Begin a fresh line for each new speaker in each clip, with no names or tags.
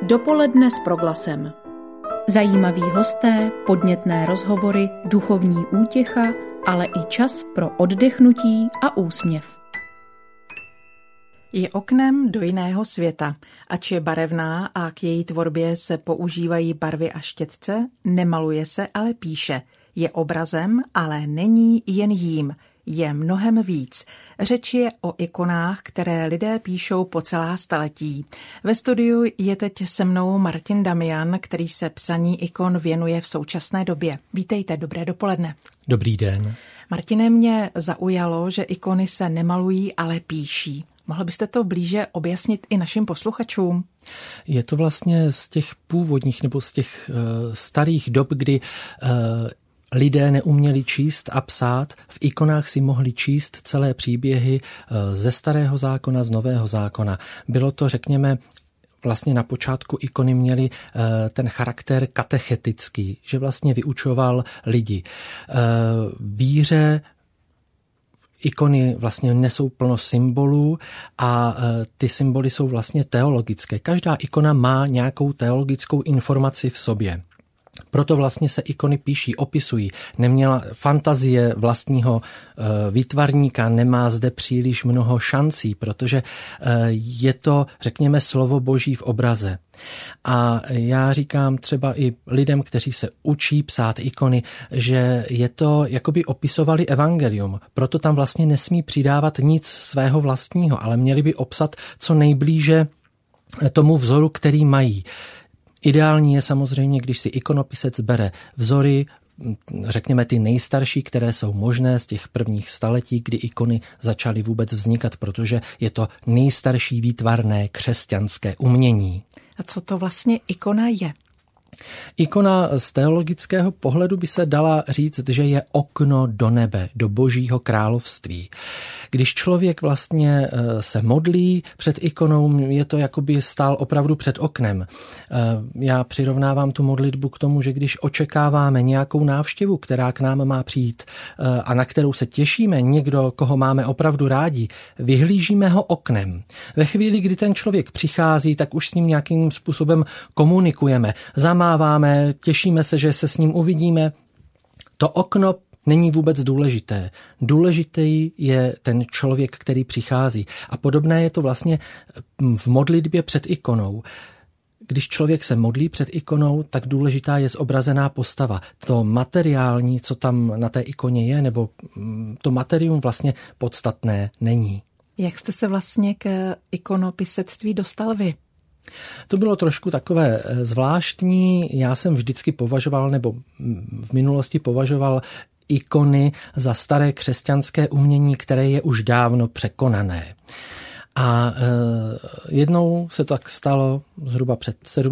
Dopoledne s Proglasem. Zajímaví hosté, podnětné rozhovory, duchovní útěcha, ale i čas pro oddechnutí a úsměv.
Je oknem do jiného světa. Ač je barevná a k její tvorbě se používají barvy a štětce, nemaluje se, ale píše. Je obrazem, ale není jen jím. Je mnohem víc. Řeč je o ikonách, které lidé píšou po celá staletí. Ve studiu je teď se mnou Martin Damian, který se psaní ikon věnuje v současné době. Vítejte, dobré dopoledne.
Dobrý den.
Martine, mě zaujalo, že ikony se nemalují, ale píší. Mohl byste to blíže objasnit i našim posluchačům?
Je to vlastně z těch původních nebo z těch starých dob, kdy lidé neuměli číst a psát, v ikonách si mohli číst celé příběhy ze Starého zákona, z Nového zákona. Bylo to, řekněme, vlastně na počátku ikony měly ten charakter katechetický, že vlastně vyučoval lidi. Víře ikony vlastně nesou plno symbolů a ty symboly jsou vlastně teologické. Každá ikona má nějakou teologickou informaci v sobě. Proto vlastně se ikony píší, opisují. Neměla fantazie vlastního výtvarníka, nemá zde příliš mnoho šancí, protože je to, řekněme, slovo Boží v obraze. A já říkám třeba i lidem, kteří se učí psát ikony, že je to, jako by opisovali evangelium. Proto tam vlastně nesmí přidávat nic svého vlastního, ale měli by obsat co nejblíže tomu vzoru, který mají. Ideální je samozřejmě, když si ikonopisec bere vzory, řekněme ty nejstarší, které jsou možné z těch prvních staletí, kdy ikony začaly vůbec vznikat, protože je to nejstarší výtvarné křesťanské umění.
A co to vlastně ikona je?
Ikona z teologického pohledu by se dala říct, že je okno do nebe, do Božího království. Když člověk vlastně se modlí před ikonou, je to, jako by stál opravdu před oknem. Já přirovnávám tu modlitbu k tomu, že když očekáváme nějakou návštěvu, která k nám má přijít a na kterou se těšíme, někdo, koho máme opravdu rádi, vyhlížíme ho oknem. Ve chvíli, kdy ten člověk přichází, tak už s ním nějakým způsobem komunikujeme, zamáváme, těšíme se, že se s ním uvidíme. To okno není vůbec důležité. Důležitý je ten člověk, který přichází. A podobné je to vlastně v modlitbě před ikonou. Když člověk se modlí před ikonou, tak důležitá je zobrazená postava. To materiální, co tam na té ikoně je, nebo to materium vlastně podstatné není. Jak
jste se vlastně k ikonopisectví dostal vy?
To bylo trošku takové zvláštní. Já jsem vždycky považoval, nebo v minulosti považoval ikony za staré křesťanské umění, které je už dávno překonané. A jednou se tak stalo zhruba před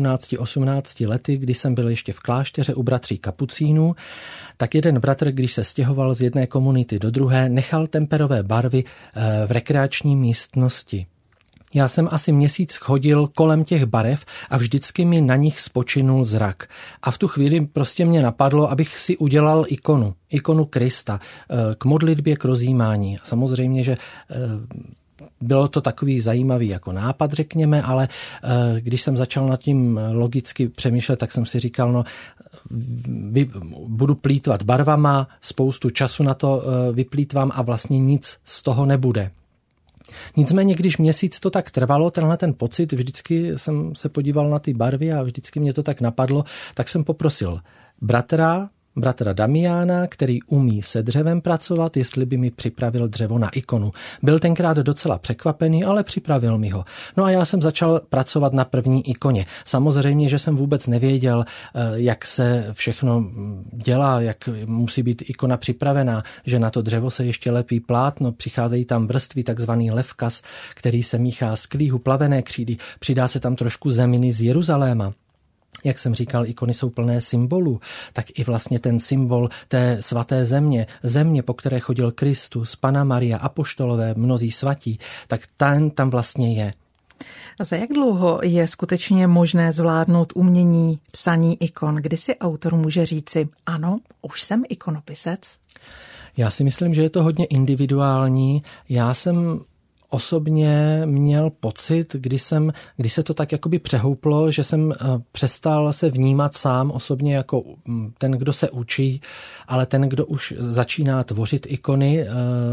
17-18 lety, kdy jsem byl ještě v klášteře u bratří kapucínů, tak jeden bratr, když se stěhoval z jedné komunity do druhé, nechal temperové barvy v rekreační místnosti. Já jsem asi měsíc chodil kolem těch barev a vždycky mi na nich spočinul zrak. A v tu chvíli prostě mě napadlo, abych si udělal ikonu Krista k modlitbě, k rozjímání. Samozřejmě, že bylo to takový zajímavý jako nápad, řekněme, ale když jsem začal nad tím logicky přemýšlet, tak jsem si říkal, budu plýtvat barvama, spoustu času na to vyplýtvám a vlastně nic z toho nebude. Nicméně, když měsíc to tak trvalo, tenhle ten pocit, vždycky jsem se podíval na ty barvy a vždycky mě to tak napadlo, tak jsem poprosil bratra Damiana, který umí se dřevem pracovat, jestli by mi připravil dřevo na ikonu. Byl tenkrát docela překvapený, ale připravil mi ho. No a já jsem začal pracovat na první ikoně. Samozřejmě, že jsem vůbec nevěděl, jak se všechno dělá, jak musí být ikona připravená, že na to dřevo se ještě lepí plátno, přicházejí tam vrstvy, takzvaný levkas, který se míchá z klíhu, plavené křídy, přidá se tam trošku zeminy z Jeruzaléma. Jak jsem říkal, ikony jsou plné symbolů, tak i vlastně ten symbol té svaté země, po které chodil Kristus, Panna Maria, apoštolové, mnozí svatí, tak ten tam vlastně je.
A za jak dlouho je skutečně možné zvládnout umění psaní ikon, kdy si autor může říci, ano, už jsem ikonopisec?
Já si myslím, že je to hodně individuální. Já jsem osobně měl pocit, když se to tak jakoby přehouplo, že jsem přestal se vnímat sám osobně jako ten, kdo se učí, ale ten, kdo už začíná tvořit ikony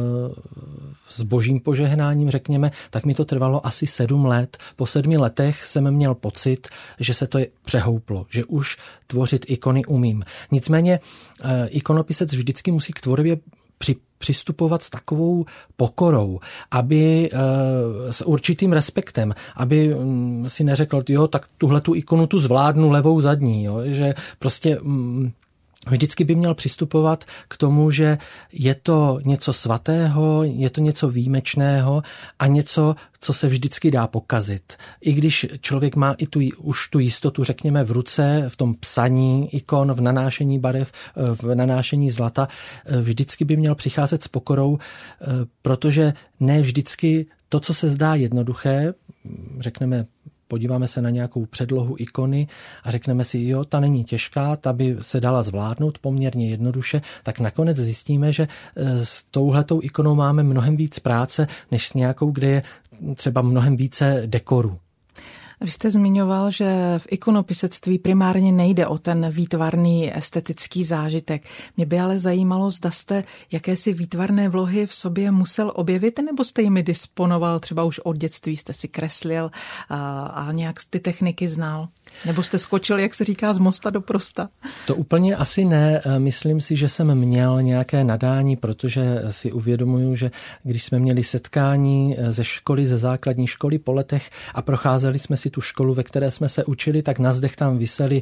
s božím požehnáním, řekněme, tak mi to trvalo asi 7 let. Po 7 letech jsem měl pocit, že se to přehouplo, že už tvořit ikony umím. Nicméně ikonopisec vždycky musí k tvorbě přistupovat s takovou pokorou, aby s určitým respektem, aby si neřekl, jo, tak tuhletu ikonu tu zvládnu levou zadní, jo, že prostě vždycky by měl přistupovat k tomu, že je to něco svatého, je to něco výjimečného a něco, co se vždycky dá pokazit. I když člověk má i už tu jistotu, řekněme, v ruce, v tom psaní ikon, v nanášení barev, v nanášení zlata, vždycky by měl přicházet s pokorou, protože ne vždycky to, co se zdá jednoduché, řekneme, podíváme se na nějakou předlohu ikony a řekneme si, jo, ta není těžká, ta by se dala zvládnout poměrně jednoduše, tak nakonec zjistíme, že s touhletou ikonou máme mnohem víc práce, než s nějakou, kde je třeba mnohem více dekoru.
Vy jste zmiňoval, že v ikonopisectví primárně nejde o ten výtvarný estetický zážitek. Mě by ale zajímalo, zda jste jakési výtvarné vlohy v sobě musel objevit, nebo jste jimi disponoval, třeba už od dětství jste si kreslil a nějak ty techniky znal? Nebo jste skočil, jak se říká, z mosta do prosta? To
úplně asi ne. Myslím si, že jsem měl nějaké nadání, protože si uvědomuju, že když jsme měli setkání ze školy, ze základní školy po letech a procházeli jsme si tu školu, ve které jsme se učili, tak na zdech tam visely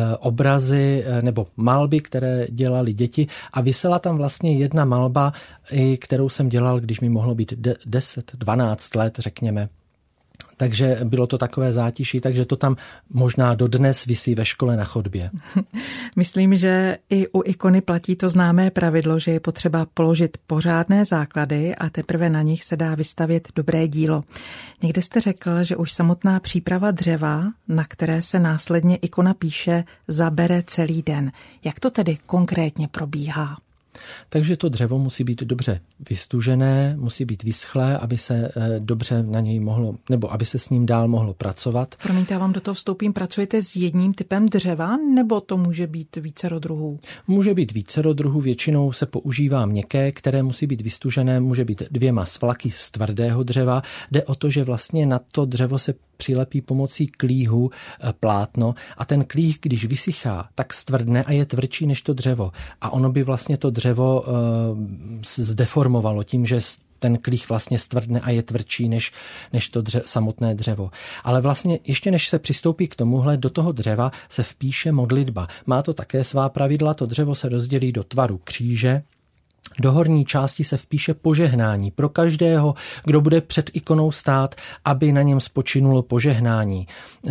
obrazy nebo malby, které dělali děti a visela tam vlastně jedna malba, kterou jsem dělal, když mi mohlo být 10-12 let, řekněme. Takže bylo to takové zátiší, takže to tam možná dodnes visí ve škole na chodbě.
Myslím, že i u ikony platí to známé pravidlo, že je potřeba položit pořádné základy a teprve na nich se dá vystavět dobré dílo. Někde jste řekl, že už samotná příprava dřeva, na které se následně ikona píše, zabere celý den. Jak to tedy konkrétně probíhá?
Takže to dřevo musí být dobře vystužené, musí být vyschlé, aby se dobře na něj mohlo, nebo aby se s ním dál mohlo pracovat.
Promiňte, já vám do toho vstoupím. Pracujete s jedním typem dřeva, nebo to může být vícero druhů?
Může být vícero druhů, většinou se používá měkké, které musí být vystužené, může být 2 svlaky z tvrdého dřeva. Jde o to, že vlastně na to dřevo se přilepí pomocí klíhu plátno a ten klíh, když vysychá, tak stvrdne a je tvrdší než to dřevo. A ono by vlastně to dřevo zdeformovalo tím, že ten klích vlastně stvrdne a je tvrdší než to samotné dřevo. Ale vlastně ještě než se přistoupí k tomuhle, do toho dřeva se vpíše modlitba. Má to také svá pravidla, to dřevo se rozdělí do tvaru kříže. Do horní části se vpíše požehnání pro každého, kdo bude před ikonou stát, aby na něm spočinulo požehnání.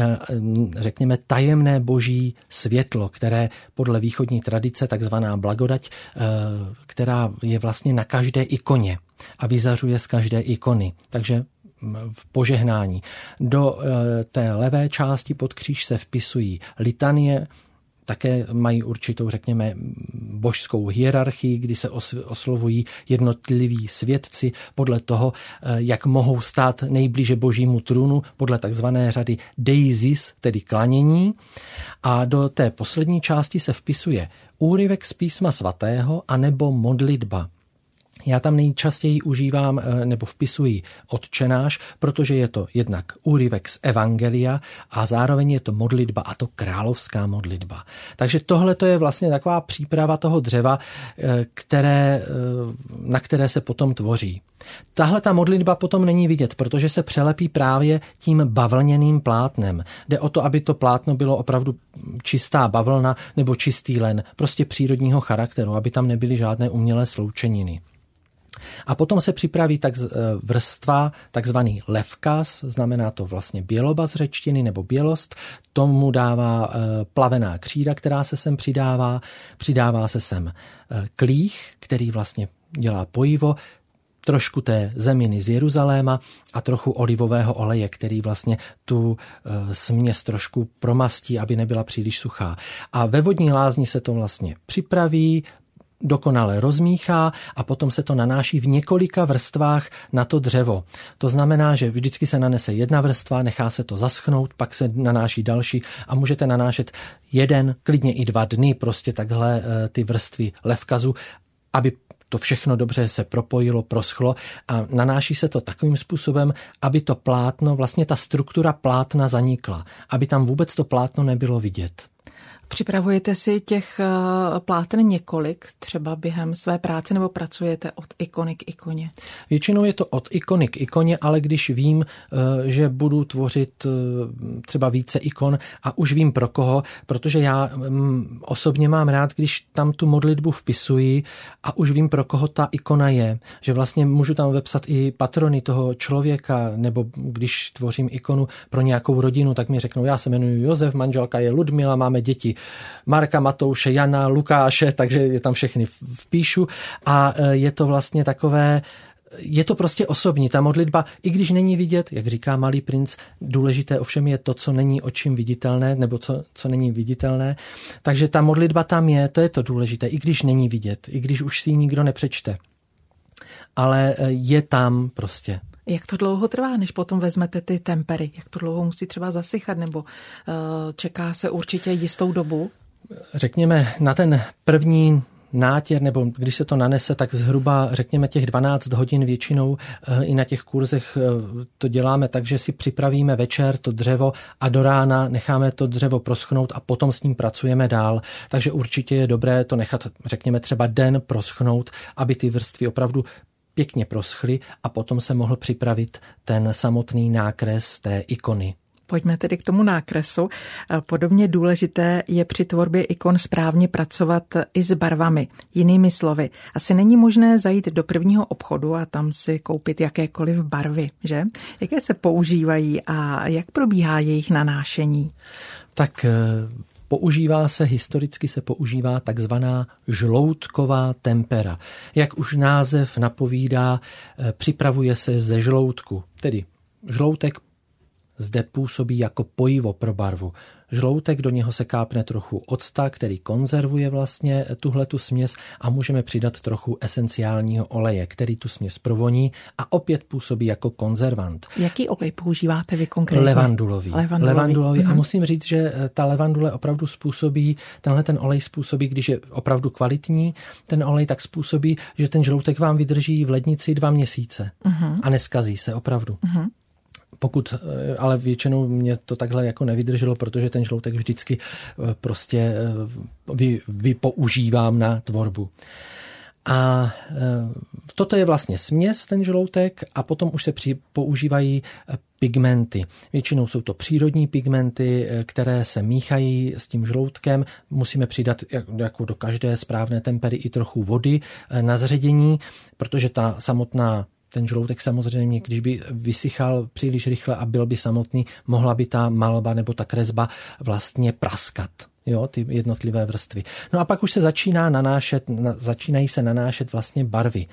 Řekněme tajemné boží světlo, které podle východní tradice, takzvaná blagodať, která je vlastně na každé ikoně a vyzařuje z každé ikony. Takže v požehnání. Do té levé části pod kříž se vpisují litanie, také mají určitou, řekněme, božskou hierarchii, kdy se oslovují jednotliví svědci podle toho, jak mohou stát nejblíže božímu trůnu, podle takzvané řady deisis, tedy klanění. A do té poslední části se vpisuje úryvek z písma svatého anebo modlitba. Já tam nejčastěji užívám nebo vpisuji Otčenáš, protože je to jednak úryvek z Evangelia a zároveň je to modlitba, a to královská modlitba. Takže tohle to je vlastně taková příprava toho dřeva, na které se potom tvoří. Tahle ta modlitba potom není vidět, protože se přelepí právě tím bavlněným plátnem. Jde o to, aby to plátno bylo opravdu čistá bavlna nebo čistý len, prostě přírodního charakteru, aby tam nebyly žádné umělé sloučeniny. A potom se připraví vrstva, takzvaný levkas, znamená to vlastně běloba z řečtiny nebo bělost. Tomu dává plavená křída, která se sem přidává. Přidává se sem klích, který vlastně dělá pojivo, trošku té zeminy z Jeruzaléma a trochu olivového oleje, který vlastně tu směs trošku promastí, aby nebyla příliš suchá. A ve vodní lázni se to vlastně připraví, dokonale rozmíchá a potom se to nanáší v několika vrstvách na to dřevo. To znamená, že vždycky se nanese jedna vrstva, nechá se to zaschnout, pak se nanáší další a můžete nanášet 1, klidně i 2 dny prostě takhle ty vrstvy levkazu, aby to všechno dobře se propojilo, proschlo a nanáší se to takovým způsobem, aby to plátno, vlastně ta struktura plátna zanikla, aby tam vůbec to plátno nebylo vidět.
Připravujete si těch pláten několik třeba během své práce nebo pracujete od ikony k ikoně?
Většinou je to od ikony k ikoně, ale když vím, že budu tvořit třeba více ikon a už vím pro koho, protože já osobně mám rád, když tam tu modlitbu vpisuji a už vím, pro koho ta ikona je. Že vlastně můžu tam vepsat i patrony toho člověka, nebo když tvořím ikonu pro nějakou rodinu, tak mi řeknou, já se jmenuji Josef, manželka je Ludmila, máme děti Marka, Matouše, Jana, Lukáše, takže je tam všechny vpíšu a je to vlastně takové, je to prostě osobní. Ta modlitba, i když není vidět, jak říká Malý princ, důležité ovšem je to, co není očím viditelné, nebo co není viditelné. Takže ta modlitba tam je, to je to důležité, i když není vidět, i když už si ji nikdo nepřečte. Ale je tam prostě.
Jak to dlouho trvá, než potom vezmete ty tempery? Jak to dlouho musí třeba zasychat, nebo čeká se určitě jistou dobu?
Řekněme, na ten první nátěr, nebo když se to nanese, tak zhruba řekněme těch 12 hodin většinou i na těch kurzech to děláme tak, že si připravíme večer to dřevo a do rána necháme to dřevo proschnout a potom s ním pracujeme dál. Takže určitě je dobré to nechat, řekněme, třeba den proschnout, aby ty vrstvy opravdu pěkně proschly a potom se mohl připravit ten samotný nákres té ikony.
Pojďme tedy k tomu nákresu. Podobně důležité je při tvorbě ikon správně pracovat i s barvami. Jinými slovy, asi není možné zajít do prvního obchodu a tam si koupit jakékoliv barvy, že? Jaké se používají a jak probíhá jejich nanášení?
Tak historicky se používá takzvaná žloutková tempera. Jak už název napovídá, připravuje se ze žloutku, tedy žloutek zde působí jako pojivo pro barvu. Žloutek, do něho se kápne trochu octa, který konzervuje vlastně tuhletu směs a můžeme přidat trochu esenciálního oleje, který tu směs provoní a opět působí jako konzervant.
Jaký olej používáte vy konkrétně?
Levandulový. A musím říct, že ta levandule opravdu způsobí, tenhle ten olej způsobí, když je opravdu kvalitní, ten olej tak způsobí, že ten žloutek vám vydrží v lednici 2 měsíce a neskazí se opravdu. Pokud, ale většinou mě to takhle jako nevydrželo, protože ten žloutek vždycky prostě vypoužívám na tvorbu. A toto je vlastně směs, ten žloutek, a potom už se používají pigmenty. Většinou jsou to přírodní pigmenty, které se míchají s tím žloutkem. Musíme přidat jako do každé správné tempery i trochu vody na zředění, protože ten žloutek samozřejmě, když by vysychal příliš rychle a byl by samotný, mohla by ta malba nebo ta kresba vlastně praskat. Jo, ty jednotlivé vrstvy. No a pak už se začínají se nanášet vlastně barvy.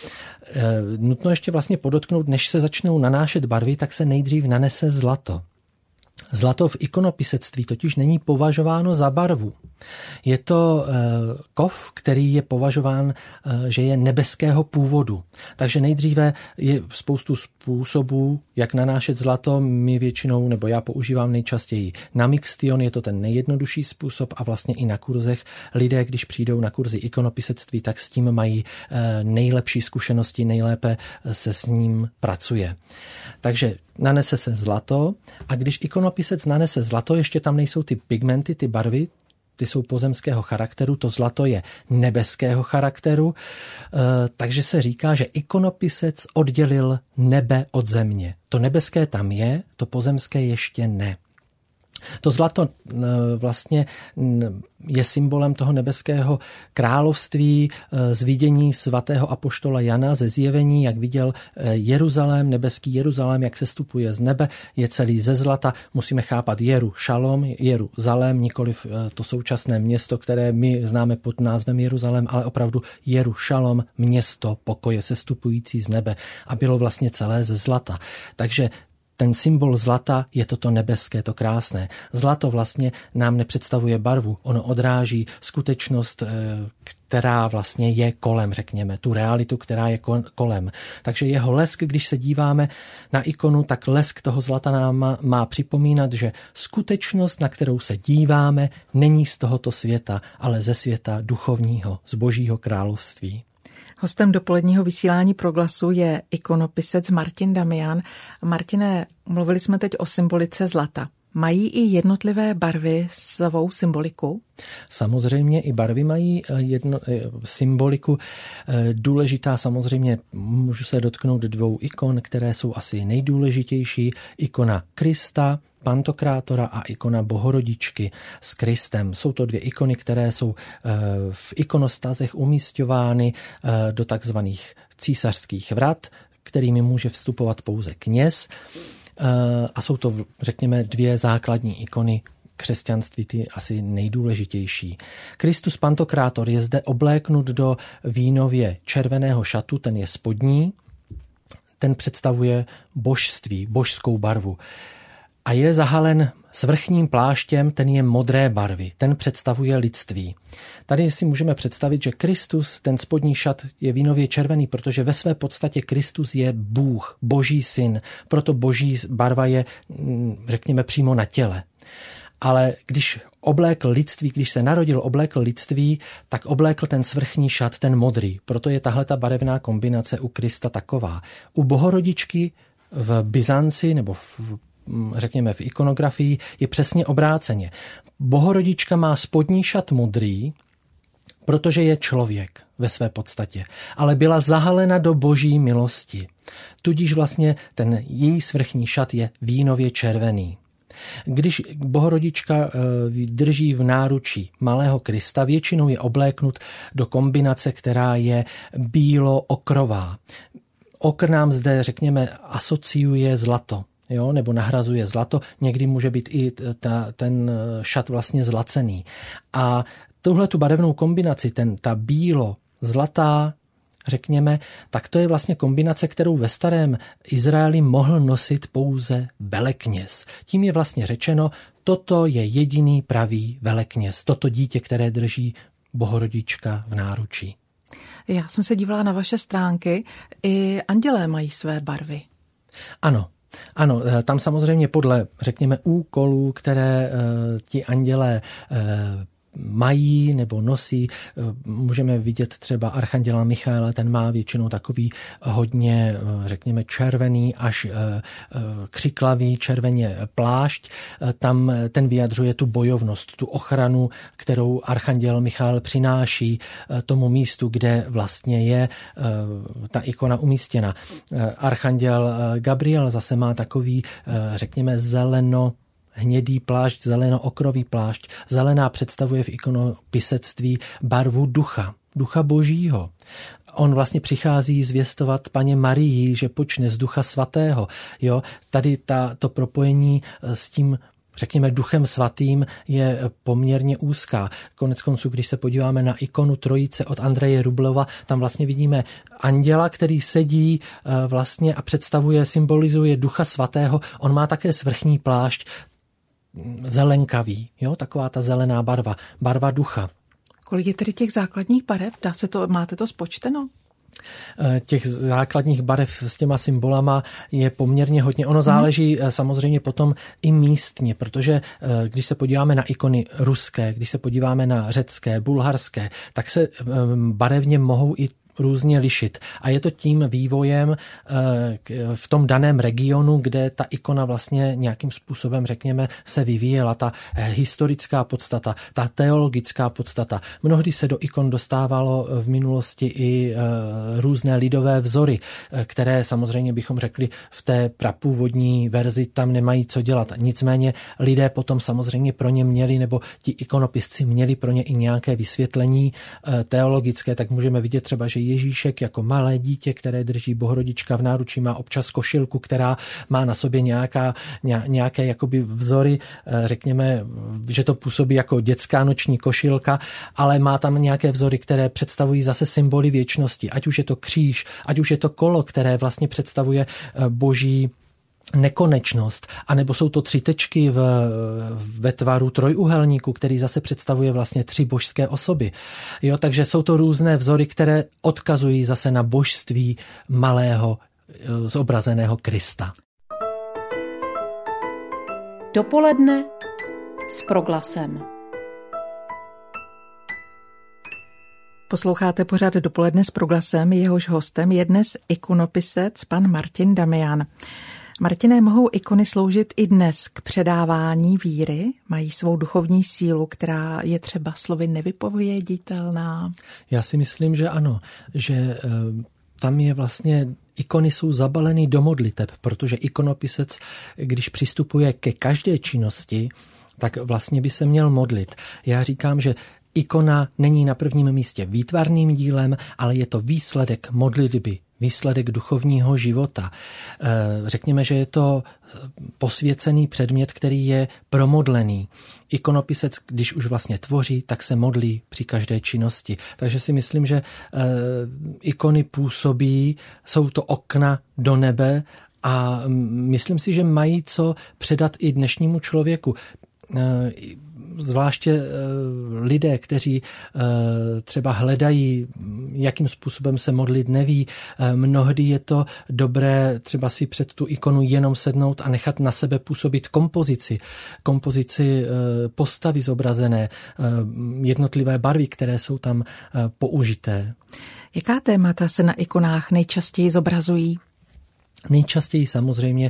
Nutno ještě vlastně podotknout, než se začnou nanášet barvy, tak se nejdřív nanese zlato. Zlato v ikonopisectví totiž není považováno za barvu. Je to kov, který je považován, že je nebeského původu. Takže nejdříve je spoustu způsobů, jak nanášet zlato. My většinou, nebo já používám nejčastěji namixtion, je to ten nejjednodušší způsob a vlastně i na kurzech lidé, když přijdou na kurzy ikonopisectví, tak s tím mají nejlepší zkušenosti, nejlépe se s ním pracuje. Takže nanese se zlato a když ikonopisec nanese zlato, ještě tam nejsou ty pigmenty, ty barvy, ty jsou pozemského charakteru, to zlato je nebeského charakteru, takže se říká, že ikonopisec oddělil nebe od země. To nebeské tam je, to pozemské ještě ne. To zlato vlastně je symbolem toho nebeského království z vidění svatého apoštola Jana ze zjevení, jak viděl Jeruzalém, nebeský Jeruzalém, jak se stupuje z nebe, je celý ze zlata. Musíme chápat Jeruzalém, nikoliv to současné město, které my známe pod názvem Jeruzalém, ale opravdu Jerušalom, město pokoje sestupující z nebe a bylo vlastně celé ze zlata. Takže ten symbol zlata je toto nebeské, to krásné. Zlato vlastně nám nepředstavuje barvu, ono odráží skutečnost, která vlastně je kolem, řekněme, tu realitu, která je kolem. Takže jeho lesk, když se díváme na ikonu, tak lesk toho zlata nám má připomínat, že skutečnost, na kterou se díváme, není z tohoto světa, ale ze světa duchovního, z Božího království.
Hostem dopoledního vysílání Proglasu je ikonopisec Martin Damian. Martine, mluvili jsme teď o symbolice zlata. Mají i jednotlivé barvy svou symboliku?
Samozřejmě i barvy mají symboliku. Důležitá samozřejmě, můžu se dotknout 2 ikon, které jsou asi nejdůležitější. Ikona Krista, Pantokrátora a ikona Bohorodičky s Kristem. Jsou to 2 ikony, které jsou v ikonostazech umísťovány do takzvaných císařských vrat, kterými může vstupovat pouze kněz. A jsou to, řekněme, 2 základní ikony křesťanství, ty asi nejdůležitější. Kristus Pantokrátor je zde obléknut do vínově červeného šatu, ten je spodní, ten představuje božství, božskou barvu. A je zahalen svrchním pláštěm, ten je modré barvy, ten představuje lidství. Tady si můžeme představit, že Kristus, ten spodní šat, je vínově červený, protože ve své podstatě Kristus je Bůh, Boží syn, proto boží barva je, řekněme, přímo na těle. Ale když oblékl lidství, když se narodil, oblékl lidství, tak oblékl ten svrchní šat, ten modrý. Proto je tahleta barevná kombinace u Krista taková. U Bohorodičky v Byzanci nebo řekněme v ikonografii je přesně obráceně. Bohorodička má spodní šat modrý, protože je člověk ve své podstatě, ale byla zahalena do boží milosti. Tudíž vlastně ten její svrchní šat je vínově červený. Když Bohorodička drží v náručí malého Krista, většinou je obléknut do kombinace, která je bílo-okrová. Okr nám zde, řekněme, asociuje zlato. Jo, nebo nahrazuje zlato, někdy může být i ten šat vlastně zlacený. A tuhle tu barevnou kombinaci, ta bílo-zlatá, řekněme, tak to je vlastně kombinace, kterou ve starém Izraeli mohl nosit pouze velekněz. Tím je vlastně řečeno, toto je jediný pravý velekněz, toto dítě, které drží Bohorodička v náručí.
Já jsem se dívala na vaše stránky, i andělé mají své barvy.
Ano, tam samozřejmě podle, řekněme, úkolů, které ti andělé mají nebo nosí. Můžeme vidět třeba archanděla Michaela, ten má většinou takový hodně, řekněme, červený až křiklavý červeně plášť. Tam ten vyjadřuje tu bojovnost, tu ochranu, kterou archanděl Michael přináší tomu místu, kde vlastně je ta ikona umístěna. Archanděl Gabriel zase má takový, řekněme, hnědý plášť, zeleno-okrový plášť. Zelená představuje v ikonopisectví barvu ducha Božího. On vlastně přichází zvěstovat Paně Marii, že počne z Ducha Svatého. Jo? Tady to propojení s tím, řekněme, Duchem Svatým je poměrně úzká. Koneckonců, když se podíváme na ikonu Trojice od Andreje Rublova, tam vlastně vidíme anděla, který sedí vlastně a symbolizuje Ducha Svatého. On má také svrchní plášť, zelenkavý, jo, taková ta zelená barva ducha.
Kolik je tedy těch základních barev? Máte to spočteno?
Těch základních barev s těma symbolama je poměrně hodně. Ono záleží samozřejmě potom i místně, protože když se podíváme na ikony ruské, když se podíváme na řecké, bulharské, tak se barevně mohou i různě lišit. A je to tím vývojem v tom daném regionu, kde ta ikona vlastně nějakým způsobem, řekněme, se vyvíjela. Ta historická podstata, ta teologická podstata. Mnohdy se do ikon dostávalo v minulosti i různé lidové vzory, které samozřejmě bychom řekli v té prapůvodní verzi tam nemají co dělat. Nicméně lidé potom samozřejmě pro ně měli, nebo ti ikonopisci měli pro ně i nějaké vysvětlení teologické, tak můžeme vidět třeba, že Ježíšek jako malé dítě, které drží Bohorodička v náručí, má občas košilku, která má na sobě nějaké jakoby vzory, řekněme, že to působí jako dětská noční košilka, ale má tam nějaké vzory, které představují zase symboly věčnosti, ať už je to kříž, ať už je to kolo, které vlastně představuje boží nekonečnost, anebo jsou to 3 tečky ve tvaru trojúhelníku, který zase představuje vlastně 3 božské osoby. Jo, takže jsou to různé vzory, které odkazují zase na božství malého zobrazeného Krista.
Dopoledne s Proglasem.
Posloucháte pořád Dopoledne s Proglasem, jehož hostem je dnes ikonopisec pan Martin Damian. Martine, mohou ikony sloužit i dnes k předávání víry? Mají svou duchovní sílu, která je třeba slovy nevypověditelná?
Já si myslím, že ano, že tam je vlastně, ikony jsou zabaleny do modliteb, protože ikonopisec, když přistupuje ke každé činnosti, tak vlastně by se měl modlit. Já říkám, že ikona není na prvním místě výtvarným dílem, ale je to výsledek modlitby, výsledek duchovního života. Řekněme, že je to posvěcený předmět, který je promodlený. Ikonopisec, když už vlastně tvoří, tak se modlí při každé činnosti. Takže si myslím, že ikony působí, jsou to okna do nebe a myslím si, že mají co předat i dnešnímu člověku. Zvláště lidé, kteří třeba hledají, jakým způsobem se modlit, neví. Mnohdy je to dobré třeba si před tu ikonu jenom sednout a nechat na sebe působit kompozici postavy zobrazené, jednotlivé barvy, které jsou tam použité.
Jaká témata se na ikonách nejčastěji zobrazují?
Nejčastěji samozřejmě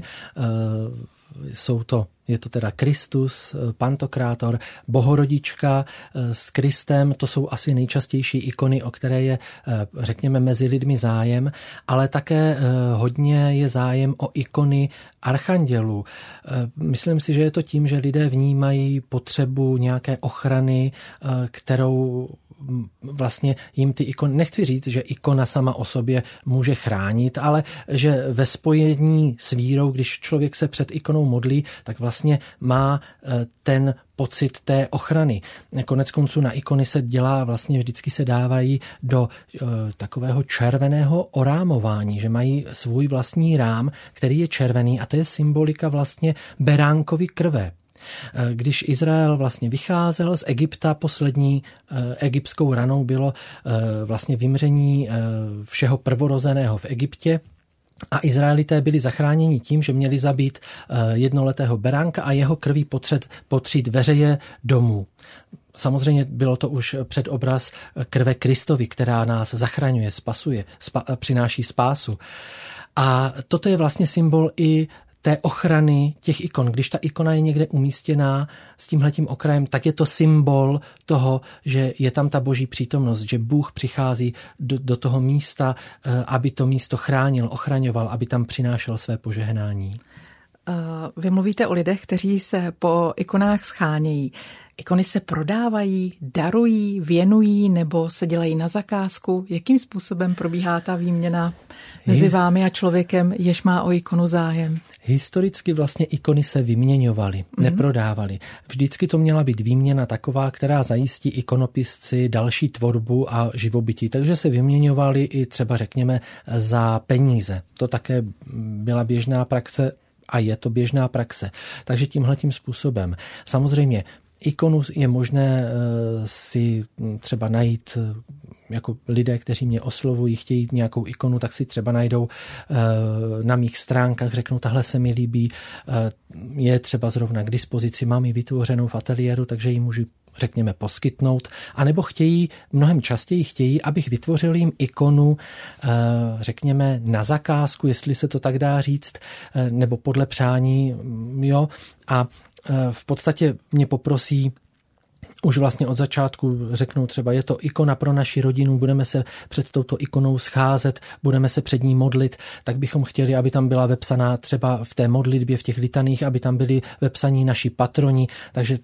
je to teda Kristus, Pantokrátor, Bohorodička s Kristem, to jsou asi nejčastější ikony, o které je, řekněme, mezi lidmi zájem, ale také hodně je zájem o ikony archandělů. Myslím si, že je to tím, že lidé vnímají potřebu nějaké ochrany, kterou vlastně jim ty ikony, nechci říct, že ikona sama o sobě může chránit, ale že ve spojení s vírou, když člověk se před ikonou modlí, tak vlastně má ten pocit té ochrany. Konec konců na ikony se dělá, vlastně vždycky se dávají do takového červeného orámování, že mají svůj vlastní rám, který je červený a to je symbolika vlastně beránkovy krve. Když Izrael vlastně vycházel z Egypta, poslední egyptskou ranou bylo vlastně vymření všeho prvorozeného v Egyptě. A Izraelité byli zachráněni tím, že měli zabít jednoletého beránka a jeho krví potřít veřeje domů. Samozřejmě bylo to už předobraz krve Kristovi, která nás zachraňuje, spasuje, přináší spásu. A toto je vlastně symbol i té ochrany těch ikon. Když ta ikona je někde umístěná s tímhletím okrajem, tak je to symbol toho, že je tam ta boží přítomnost, že Bůh přichází do toho místa, aby to místo chránil, ochraňoval, aby tam přinášel své požehnání.
Vy mluvíte o lidech, kteří se po ikonách schánějí. Ikony se prodávají, darují, věnují nebo se dělají na zakázku? Jakým způsobem probíhá ta výměna mezi vámi a člověkem, jež má o ikonu zájem?
Historicky vlastně ikony se vyměňovaly, neprodávaly. Vždycky to měla být výměna taková, která zajistí ikonopisci další tvorbu a živobytí. Takže se vyměňovaly i třeba řekněme za peníze. To také byla běžná praxe a je to běžná praxe. Takže tímhletím způsobem. Samozřejmě ikonu je možné si třeba najít, jako lidé, kteří mě oslovují, chtějí nějakou ikonu, tak si třeba najdou na mých stránkách, řeknou, tahle se mi líbí, je třeba zrovna k dispozici, mám ji vytvořenou v ateliéru, takže ji můžu, řekněme, poskytnout, anebo mnohem častěji chtějí, abych vytvořil jim ikonu, řekněme, na zakázku, jestli se to tak dá říct, nebo podle přání, jo, a v podstatě mě poprosí, už vlastně od začátku řeknou třeba, je to ikona pro naši rodinu, budeme se před touto ikonou scházet, budeme se před ní modlit, tak bychom chtěli, aby tam byla vepsaná třeba v té modlitbě, v těch litaných, aby tam byli vepsaní naši patroni, takže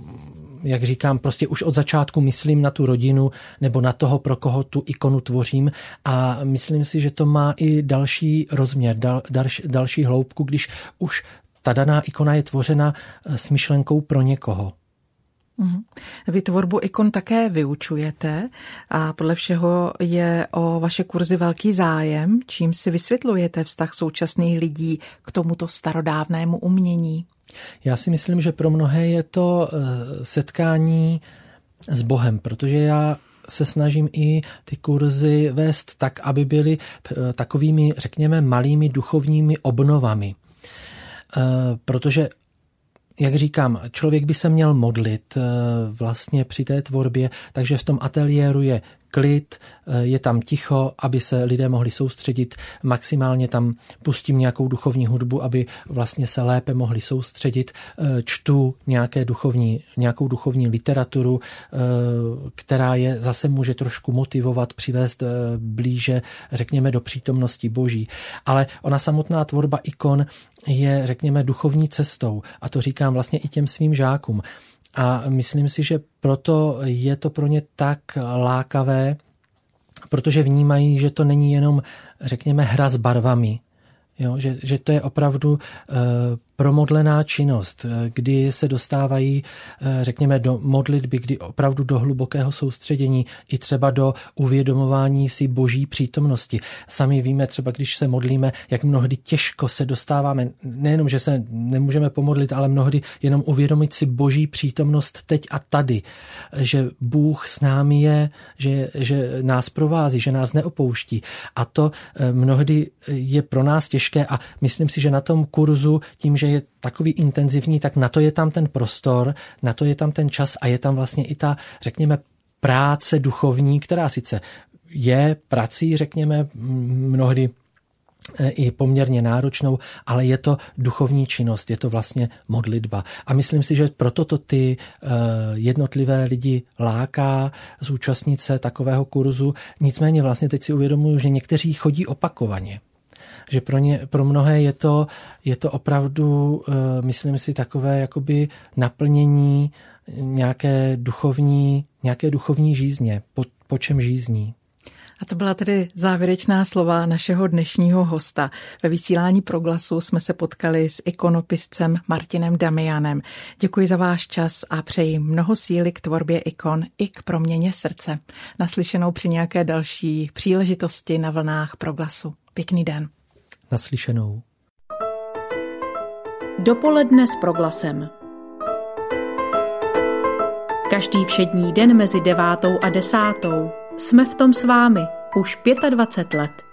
jak říkám, prostě už od začátku myslím na tu rodinu nebo na toho, pro koho tu ikonu tvořím a myslím si, že to má i další rozměr, další hloubku, když už ta daná ikona je tvořena s myšlenkou pro někoho.
Vy tvorbu ikon také vyučujete a podle všeho je o vaše kurzy velký zájem. Čím si vysvětlujete vztah současných lidí k tomuto starodávnému umění?
Já si myslím, že pro mnohé je to setkání s Bohem, protože já se snažím i ty kurzy vést tak, aby byly takovými, řekněme, malými duchovními obnovami. Protože, jak říkám, člověk by se měl modlit vlastně při té tvorbě, takže v tom ateliéru je klid, je tam ticho, aby se lidé mohli soustředit, maximálně tam pustím nějakou duchovní hudbu, aby vlastně se lépe mohli soustředit, čtu nějakou duchovní literaturu, která je zase může trošku motivovat, přivést blíže, řekněme, do přítomnosti Boží. Ale ona samotná tvorba ikon je, řekněme, duchovní cestou a to říkám vlastně i těm svým žákům. A myslím si, že proto je to pro ně tak lákavé, protože vnímají, že to není jenom, řekněme, hra s barvami, jo? Že to je opravdu promodlená činnost, kdy se dostávají, řekněme, do modlitby, kdy opravdu do hlubokého soustředění i třeba do uvědomování si Boží přítomnosti. Sami víme třeba, když se modlíme, jak mnohdy těžko se dostáváme, nejenom, že se nemůžeme pomodlit, ale mnohdy jenom uvědomit si Boží přítomnost teď a tady, že Bůh s námi je, že nás provází, že nás neopouští. A to mnohdy je pro nás těžké a myslím si, že na tom kurzu, tím, že je takový intenzivní, tak na to je tam ten prostor, na to je tam ten čas a je tam vlastně i ta, řekněme, práce duchovní, která sice je prací, řekněme, mnohdy i poměrně náročnou, ale je to duchovní činnost, je to vlastně modlitba. A myslím si, že proto to ty jednotlivé lidi láká zúčastnit se takového kurzu. Nicméně vlastně teď si uvědomuji, že někteří chodí opakovaně. Že pro mnohé je to opravdu, myslím si, takové jakoby naplnění nějaké duchovní žízně, po čem žízní.
A to byla tedy závěrečná slova našeho dnešního hosta. Ve vysílání Proglasu jsme se potkali s ikonopiscem Martinem Damianem. Děkuji za váš čas a přeji mnoho síly k tvorbě ikon i k proměně srdce. Naslyšenou při nějaké další příležitosti na vlnách Proglasu. Pěkný den.
Naslyšenou.
Dopoledne s Proglasem. Každý všední den mezi 9. a 10. jsme v tom s vámi už 25 let.